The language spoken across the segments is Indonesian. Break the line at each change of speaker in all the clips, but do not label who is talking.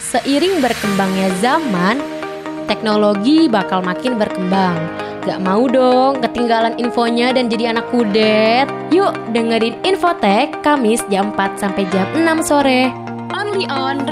Seiring berkembangnya zaman, teknologi bakal makin berkembang. Gak mau dong ketinggalan infonya dan jadi anak kudet. Yuk dengerin Infotek Kamis jam 4 sampai jam 6 sore. Only on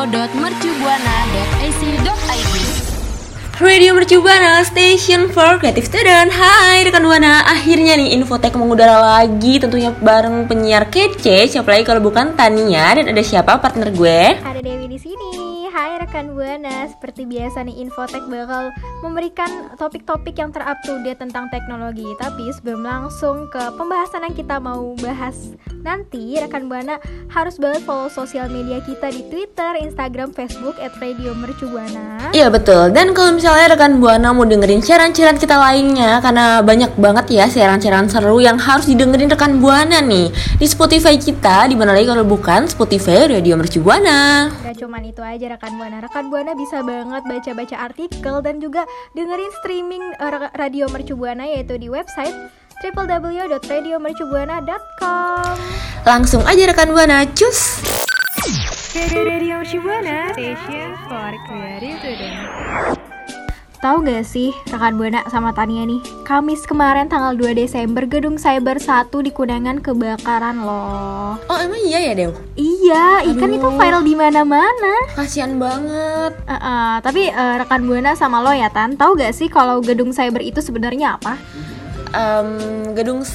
radio.mercubuana.ac.id.
Radio Mercubuana, Station for Creative Student. Hai rekan Buana, akhirnya nih Infotek mengudara lagi, tentunya bareng penyiar kece. Siapa lagi kalau bukan Tania, dan ada siapa partner gue?
Ada Dewi di sini. Hai rekan Buana, seperti biasa nih Infotek bakal memberikan topik-topik yang ter-up to date tentang teknologi. Tapi sebelum langsung ke pembahasan yang kita mau bahas nanti, rekan Buana harus banget follow sosial media kita di Twitter, Instagram, Facebook @radiomercubuana.
Iya betul, dan kalau misalnya rekan Buana mau dengerin siaran-siaran kita lainnya, karena banyak banget ya siaran-siaran seru yang harus didengerin rekan Buana nih di Spotify kita, di mana lagi kalau bukan Spotify Radio Mercubuana.
Gak cuman itu aja rekan Buana bisa banget baca-baca artikel dan juga dengerin streaming Radio Mercubuana, yaitu di website www.radiomercubuana.com.
Langsung aja rekan Buana, cus!
Radio Mercubuana, Station for Creative Student. Tahu gak sih rekan Buana sama Tania nih, Kamis kemarin tanggal 2 Desember Gedung Cyber 1 di Kuningan kebakaran loh.
Oh emang iya ya Dew?
Iya, ikan itu viral di mana-mana.
Kasian banget.
Tapi rekan Buana sama lo ya Tan, tahu gak sih kalau gedung cyber itu sebenarnya apa?
Gedung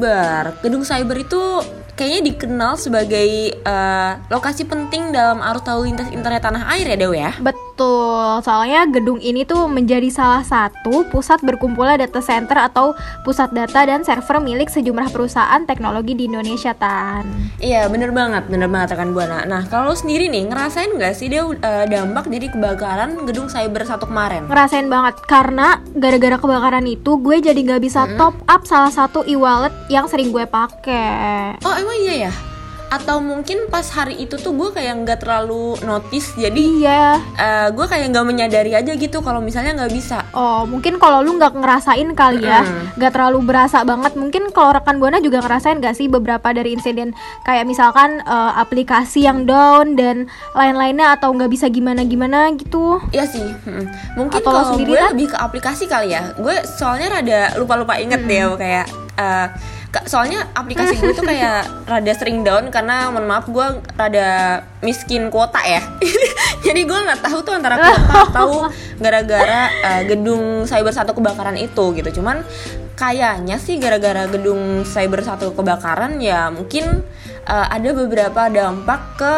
cyber itu kayaknya dikenal sebagai lokasi penting dalam arus lalu lintas internet tanah air ya Dew ya?
Betul, soalnya gedung ini tuh menjadi salah satu pusat berkumpulnya data center atau pusat data dan server milik sejumlah perusahaan teknologi di Indonesia, Tan.
Iya, bener banget rekan Buana. Nah, kalau lo sendiri nih, ngerasain gak sih Dew dampak dari kebakaran gedung cyber 1 kemarin?
Ngerasain banget, karena gara-gara kebakaran itu gue jadi gak bisa top up salah satu e-wallet yang sering gue pakai.
Oh emang iya ya? Atau mungkin pas hari itu tuh gue kayak nggak terlalu notice, jadi
iya,
gue kayak nggak menyadari aja gitu kalau misalnya nggak bisa.
Oh mungkin kalau lu nggak ngerasain kali ya, nggak terlalu berasa banget. Mungkin kalau rekan Buana juga ngerasain gak sih beberapa dari insiden kayak misalkan aplikasi yang down dan lain-lainnya, atau nggak bisa gimana-gimana gitu?
Iya sih, mungkin
kalau
kalau
sendiri
gue
kan?
lebih ke aplikasi kali ya. Gue soalnya rada lupa-lupa inget deh kayak soalnya aplikasi gue tuh kayak rada sering down karena mohon maaf gue rada miskin kuota ya. Jadi gue nggak tahu tuh antara kuota atau gara-gara gedung cyber 1 kebakaran itu gitu. Cuman kayaknya sih gara-gara gedung cyber 1 kebakaran ya mungkin ada beberapa dampak ke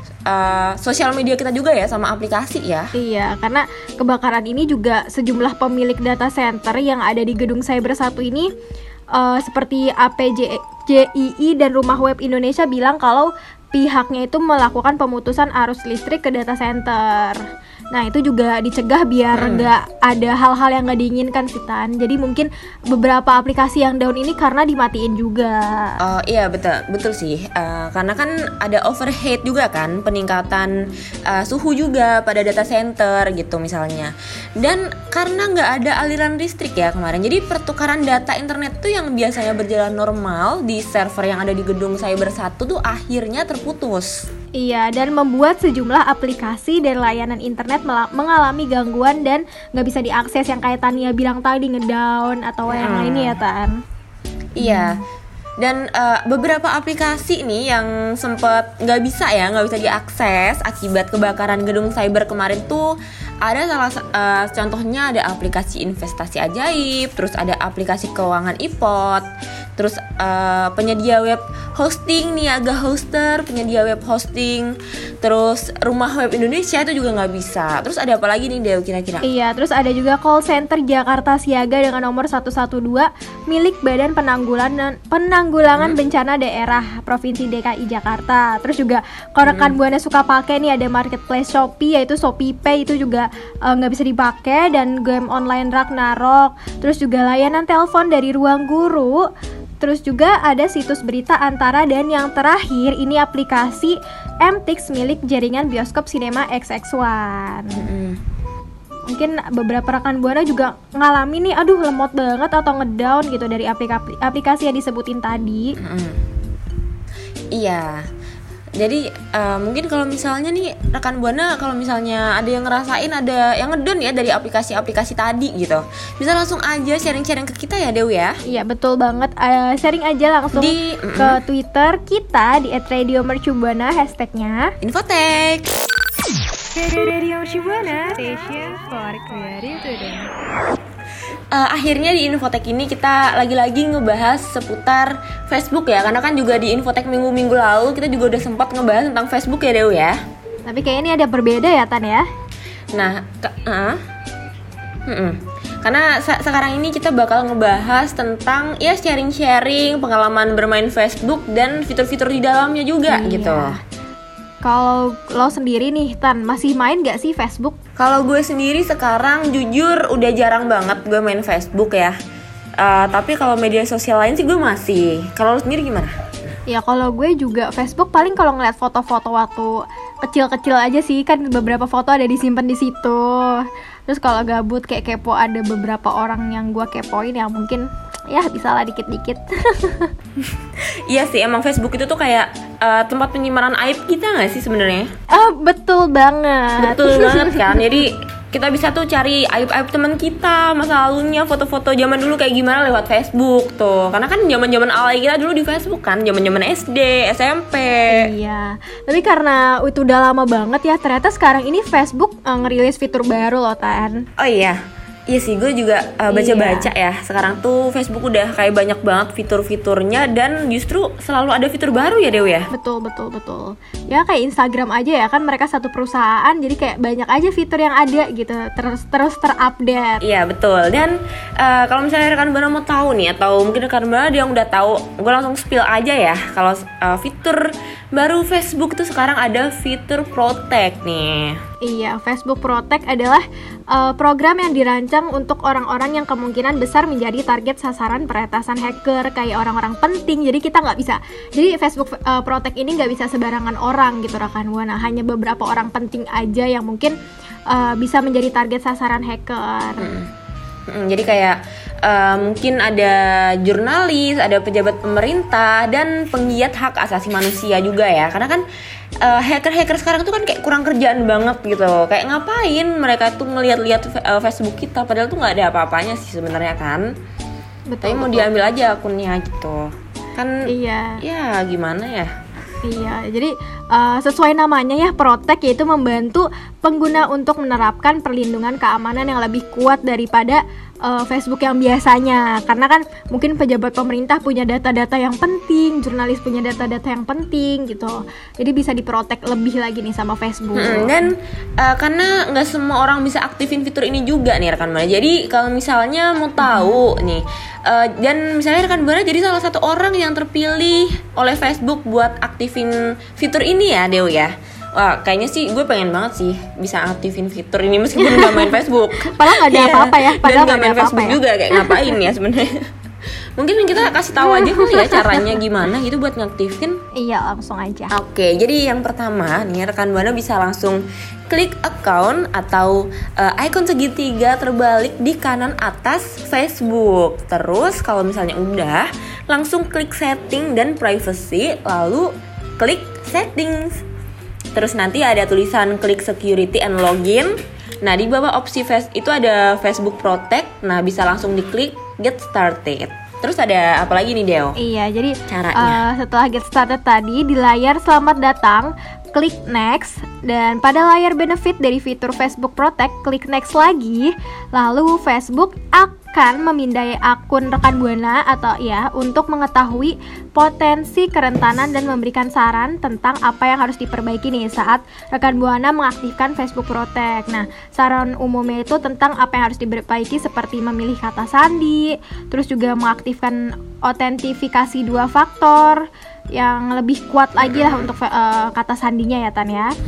sosial media kita juga ya, sama aplikasi ya.
Iya, karena kebakaran ini juga sejumlah pemilik data center yang ada di gedung cyber 1 ini seperti APJII dan Rumah Web Indonesia bilang kalau pihaknya itu melakukan pemutusan arus listrik ke data center. Nah itu juga dicegah biar nggak ada hal-hal yang nggak diinginkan sih Tan. Jadi mungkin beberapa aplikasi yang down ini karena dimatiin juga.
Iya betul sih. Karena kan ada overheat juga kan, peningkatan suhu juga pada data center gitu misalnya. Dan karena nggak ada aliran listrik ya kemarin, jadi pertukaran data internet tuh yang biasanya berjalan normal di server yang ada di gedung cyber 1 tuh akhirnya terputus.
Iya, dan membuat sejumlah aplikasi dan layanan internet mengalami gangguan dan nggak bisa diakses, yang kayak Tania bilang tadi, ngedown atau yang lainnya ya Tan.
Iya. Dan beberapa aplikasi nih yang sempet nggak bisa diakses akibat kebakaran gedung cyber kemarin tuh ada contohnya ada aplikasi investasi ajaib, terus ada aplikasi keuangan iPod, terus penyedia web hosting Niaga Hoster, penyedia web hosting, terus Rumah Web Indonesia itu juga nggak bisa. Terus ada apa lagi nih Dew kira-kira?
Iya, terus ada juga call center Jakarta Siaga dengan nomor 112 milik Badan Penanggulangan Bencana Daerah Provinsi DKI Jakarta. Terus juga kalau rekan Buana suka pakai nih ada marketplace Shopee, yaitu ShopeePay, itu juga nggak bisa dipakai, dan game online Ragnarok. Terus juga layanan telepon dari Ruang Guru. Terus juga ada situs berita Antara, dan yang terakhir ini aplikasi MTix milik jaringan bioskop Cinema XX1. Mungkin beberapa rekan Buana juga ngalamin nih, aduh lemot banget atau ngedown gitu dari aplikasi yang disebutin tadi.
Iya. Jadi mungkin kalau misalnya nih rekan Buana, kalau misalnya ada yang ngerasain ada yang ngedon ya dari aplikasi-aplikasi tadi gitu, bisa langsung aja sharing-sharing ke kita ya Dewi ya.
Iya betul banget, sharing aja langsung ke Twitter kita di @radiomercubuana, hashtagnya
Infotek.
Radio Mercubuana, station for creative student.
Akhirnya di Infotek ini kita lagi-lagi ngebahas seputar Facebook ya, karena kan juga di Infotek minggu-minggu lalu kita juga udah sempat ngebahas tentang Facebook ya Dewi ya.
Tapi kayaknya ini ada berbeda ya Tan ya.
Nah, karena sekarang ini kita bakal ngebahas tentang ya sharing-sharing pengalaman bermain Facebook dan fitur-fitur di dalamnya juga gitu.
Kalau lo sendiri nih Tan, masih main gak sih Facebook?
Kalau gue sendiri sekarang jujur udah jarang banget gue main Facebook ya. Tapi kalau media sosial lain sih gue masih. Kalau lo sendiri gimana?
Ya kalau gue juga Facebook paling kalau ngeliat foto-foto waktu kecil-kecil aja sih, kan beberapa foto ada disimpan di situ. Terus kalau gabut kayak kepo, ada beberapa orang yang gue kepoin yang mungkin ya bisa lah dikit-dikit.
Iya sih, emang Facebook itu tuh kayak tempat penyimpanan aib kita nggak sih sebenarnya?
Betul banget.
Betul banget kan. Jadi kita bisa tuh cari aib-aib teman kita, masa lalunya, foto-foto zaman dulu kayak gimana lewat Facebook tuh. Karena kan zaman-zaman alay kita dulu di Facebook kan, zaman-zaman SD, SMP.
Iya. Tapi karena itu udah lama banget ya, ternyata sekarang ini Facebook ngerilis fitur baru loh Tan.
Oh iya. Iya sih, gue juga baca-baca ya. Sekarang tuh Facebook udah kayak banyak banget fitur-fiturnya dan justru selalu ada fitur baru ya Dewi ya?
Betul. Ya kayak Instagram aja ya, kan mereka satu perusahaan, jadi kayak banyak aja fitur yang ada gitu, terus terupdate.
Iya betul. Dan kalau misalnya rekan Buana mau tahu nih, atau mungkin rekan Buana ada yang udah tahu, gue langsung spill aja ya. Kalau fitur baru Facebook tuh sekarang ada fitur Protect nih.
Iya, Facebook Protect adalah program yang dirancang untuk orang-orang yang kemungkinan besar menjadi target sasaran peretasan hacker, kayak orang-orang penting. Jadi kita nggak bisa, jadi Facebook Protect ini nggak bisa sembarangan orang gitu rekan Buana. Hanya beberapa orang penting aja yang mungkin bisa menjadi target sasaran hacker.
Jadi kayak mungkin ada jurnalis, ada pejabat pemerintah, dan penggiat hak asasi manusia juga ya. Karena kan hacker-hacker sekarang tuh kan kayak kurang kerjaan banget gitu. Kayak ngapain mereka tuh ngeliat-liat Facebook kita, padahal tuh nggak ada apa-apanya sih sebenarnya kan. Tapi mau diambil aja akunnya gitu. Kan
iya.
Ya gimana ya?
Iya, jadi sesuai namanya ya, Protect, yaitu membantu pengguna untuk menerapkan perlindungan keamanan yang lebih kuat daripada Facebook yang biasanya. Karena kan mungkin pejabat pemerintah punya data-data yang penting, jurnalis punya data-data yang penting gitu. Jadi bisa diprotek lebih lagi nih sama Facebook.
Dan karena nggak semua orang bisa aktifin fitur ini juga nih rekan Buana. Jadi kalau misalnya mau tahu nih, dan misalnya rekan Buana jadi salah satu orang yang terpilih oleh Facebook buat aktifin fitur ini ya Dewi ya. Wah, kayaknya sih gue pengen banget sih bisa aktifin fitur ini meskipun gak main Facebook.
Padahal gak ada apa-apa ya.
Padahal gak main Facebook juga, kayak ngapain ya sebenarnya. Mungkin kita kasih tahu aja kali ya caranya gimana gitu buat ngaktifin.
Iya, langsung aja.
Oke, jadi yang pertama nih rekan Buana bisa langsung klik account atau icon segitiga terbalik di kanan atas Facebook. Terus kalau misalnya udah, langsung klik setting dan privacy, lalu klik settings. Terus nanti ada tulisan klik security and login. Nah, di bawah opsi itu ada Facebook Protect. Nah, bisa langsung diklik get started. Terus ada apa lagi nih Deo?
Iya, jadi
caranya
setelah get started tadi, di layar selamat datang, klik next. Dan pada layar benefit dari fitur Facebook Protect, klik next lagi. Lalu Facebook akan memindai akun rekan Buana atau ya untuk mengetahui potensi kerentanan dan memberikan saran tentang apa yang harus diperbaiki nih saat rekan Buana mengaktifkan Facebook Protect. Nah, saran umumnya itu tentang apa yang harus diperbaiki seperti memilih kata sandi, terus juga mengaktifkan otentifikasi 2 faktor yang lebih kuat lagi lah untuk kata sandinya ya Tan ya.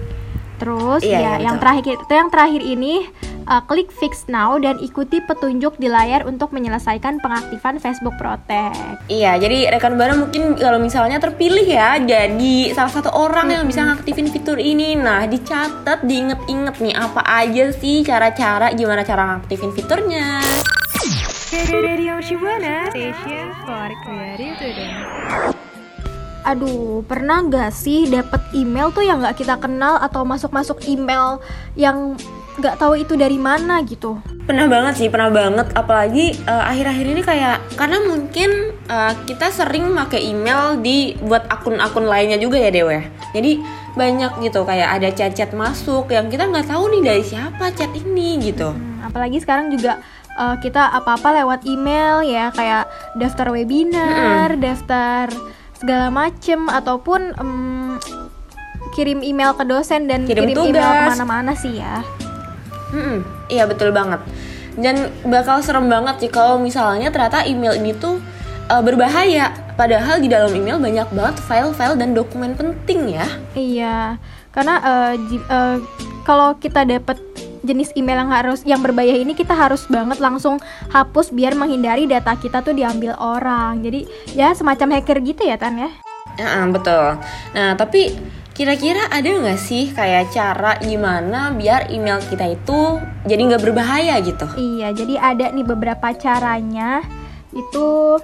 Terus yang terakhir ini klik fix now dan ikuti petunjuk di layar untuk menyelesaikan pengaktifan Facebook Protect.
Iya, jadi rekan Buana mungkin kalau misalnya terpilih ya jadi salah satu orang yang bisa ngaktifin fitur ini. Nah, dicatat, diinget-inget nih apa aja sih cara-cara gimana cara ngaktifin fiturnya. Radio Mercubuana, station for creative student.
Aduh, pernah nggak sih dapet email tuh yang nggak kita kenal atau masuk email yang nggak tahu itu dari mana gitu?
Pernah banget. Apalagi akhir-akhir ini kayak karena mungkin kita sering pakai email buat akun-akun lainnya juga ya Dewa. Jadi banyak gitu kayak ada chat-chat masuk yang kita nggak tahu nih dari siapa chat ini gitu.
Apalagi sekarang juga kita apa-apa lewat email ya, kayak daftar webinar, daftar segala macem, ataupun kirim email ke dosen dan kirim email kemana-mana sih ya.
Iya betul banget. Dan bakal serem banget sih kalau misalnya ternyata email ini tuh berbahaya. Padahal di dalam email banyak banget file-file dan dokumen penting ya.
Iya, karena kalau kita dapet jenis email yang berbahaya ini, kita harus banget langsung hapus biar menghindari data kita tuh diambil orang. Jadi ya semacam hacker gitu ya Tan ya.
Betul. Nah tapi kira-kira ada nggak sih kayak cara gimana biar email kita itu jadi nggak berbahaya gitu?
Iya, jadi ada nih beberapa caranya. Itu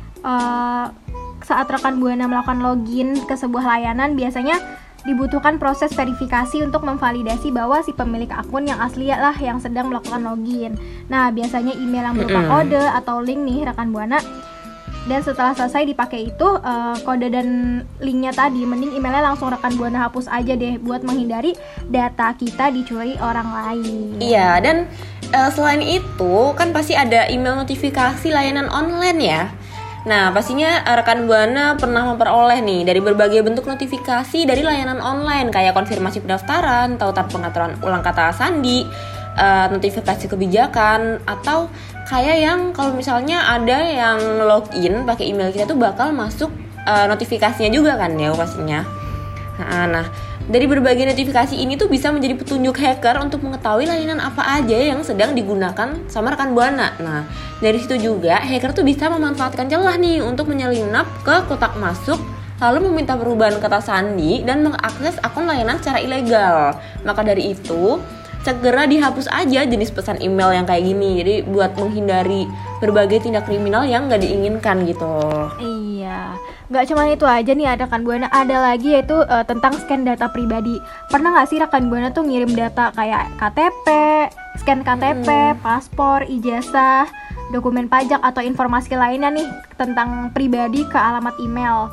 saat rekan Buana melakukan login ke sebuah layanan, biasanya dibutuhkan proses verifikasi untuk memvalidasi bahwa si pemilik akun yang asli lah yang sedang melakukan login. Nah, biasanya email yang berupa kode atau link nih rekan Buana. Dan setelah selesai dipakai itu kode dan linknya tadi, mending emailnya langsung rekan Buana hapus aja deh buat menghindari data kita dicuri orang lain.
Iya, dan selain itu kan pasti ada email notifikasi layanan online ya. Nah, pastinya rekan Buana pernah memperoleh nih dari berbagai bentuk notifikasi dari layanan online kayak konfirmasi pendaftaran, tautan pengaturan ulang kata sandi, notifikasi kebijakan, atau kayak yang kalau misalnya ada yang login pakai email kita tuh bakal masuk notifikasinya juga kan ya pastinya. Nah, dari berbagai notifikasi ini tuh bisa menjadi petunjuk hacker untuk mengetahui layanan apa aja yang sedang digunakan sama rekan Buana. Nah, dari situ juga hacker tuh bisa memanfaatkan celah nih untuk menyelinap ke kotak masuk, lalu meminta perubahan kata sandi dan mengakses akun layanan secara ilegal. Maka dari itu, segera dihapus aja jenis pesan email yang kayak gini. Jadi buat menghindari berbagai tindak kriminal yang nggak diinginkan gitu.
Iya, nggak cuma itu aja nih rekan Buana, ada lagi yaitu tentang scan data pribadi. Pernah nggak sih rekan Buana tuh ngirim data kayak KTP, scan KTP, paspor, ijazah, dokumen pajak atau informasi lainnya nih tentang pribadi ke alamat email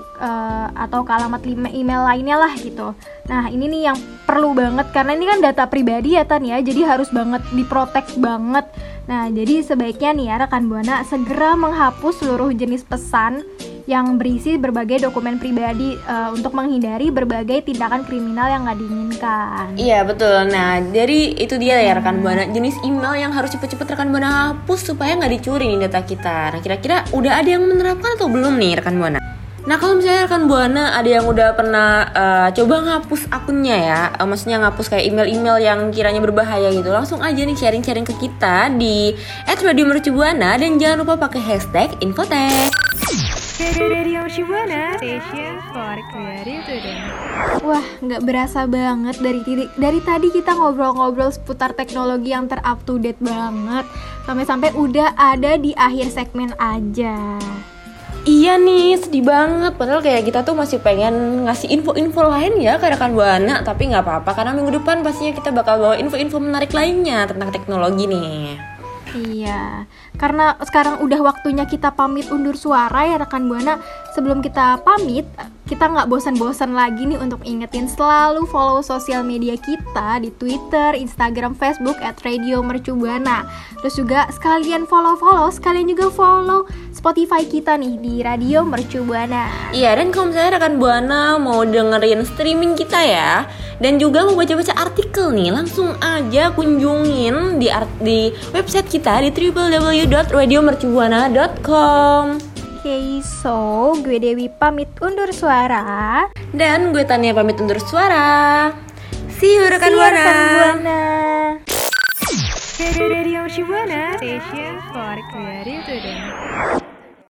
atau ke alamat email lainnya lah gitu. Nah ini nih yang perlu banget karena ini kan data pribadi ya Tan ya, jadi harus banget diprotek banget. Nah jadi sebaiknya nih ya rekan Buana segera menghapus seluruh jenis pesan yang berisi berbagai dokumen pribadi untuk menghindari berbagai tindakan kriminal yang nggak diinginkan.
Iya betul. Nah dari itu dia ya rekan Buana, jenis email yang harus cepet-cepet rekan Buana hapus supaya nggak dicuri nih data kita. Nah kira-kira udah ada yang menerapkan atau belum nih rekan Buana? Nah kalau misalnya rekan Buana ada yang udah pernah coba ngapus akunnya ya, maksudnya ngapus kayak email-email yang kiranya berbahaya gitu, langsung aja nih sharing-sharing ke kita di @radiomercubuana dan jangan lupa pakai hashtag Infotek.
Radio Mercubuana, station for creative today. Wah, nggak berasa banget dari tadi kita ngobrol-ngobrol seputar teknologi yang ter-up to date banget, sampai-sampai udah ada di akhir segmen aja.
Iya nih, sedih banget. Padahal kayak kita tuh masih pengen ngasih info-info lain ya ke rekan Buana. Tapi gak apa-apa, karena minggu depan pastinya kita bakal bawa info-info menarik lainnya tentang teknologi nih.
Iya, karena sekarang udah waktunya kita pamit undur suara ya rekan Buana. Sebelum kita pamit, kita nggak bosan-bosan lagi nih untuk ingetin selalu follow sosial media kita di Twitter, Instagram, Facebook @radiomercubuana. Terus juga sekalian sekalian juga follow Spotify kita nih di Radio Mercubuana.
Iya, dan kalau misalnya rekan Buana mau dengerin streaming kita ya, dan juga mau baca-baca artikel nih, langsung aja kunjungin di website kita di www.radiomercubuana.com.
Oke, so gue Dewi pamit undur suara.
Dan gue Tania pamit undur suara. See you rekan Buana.
Radio Mercubuana, station for creative today.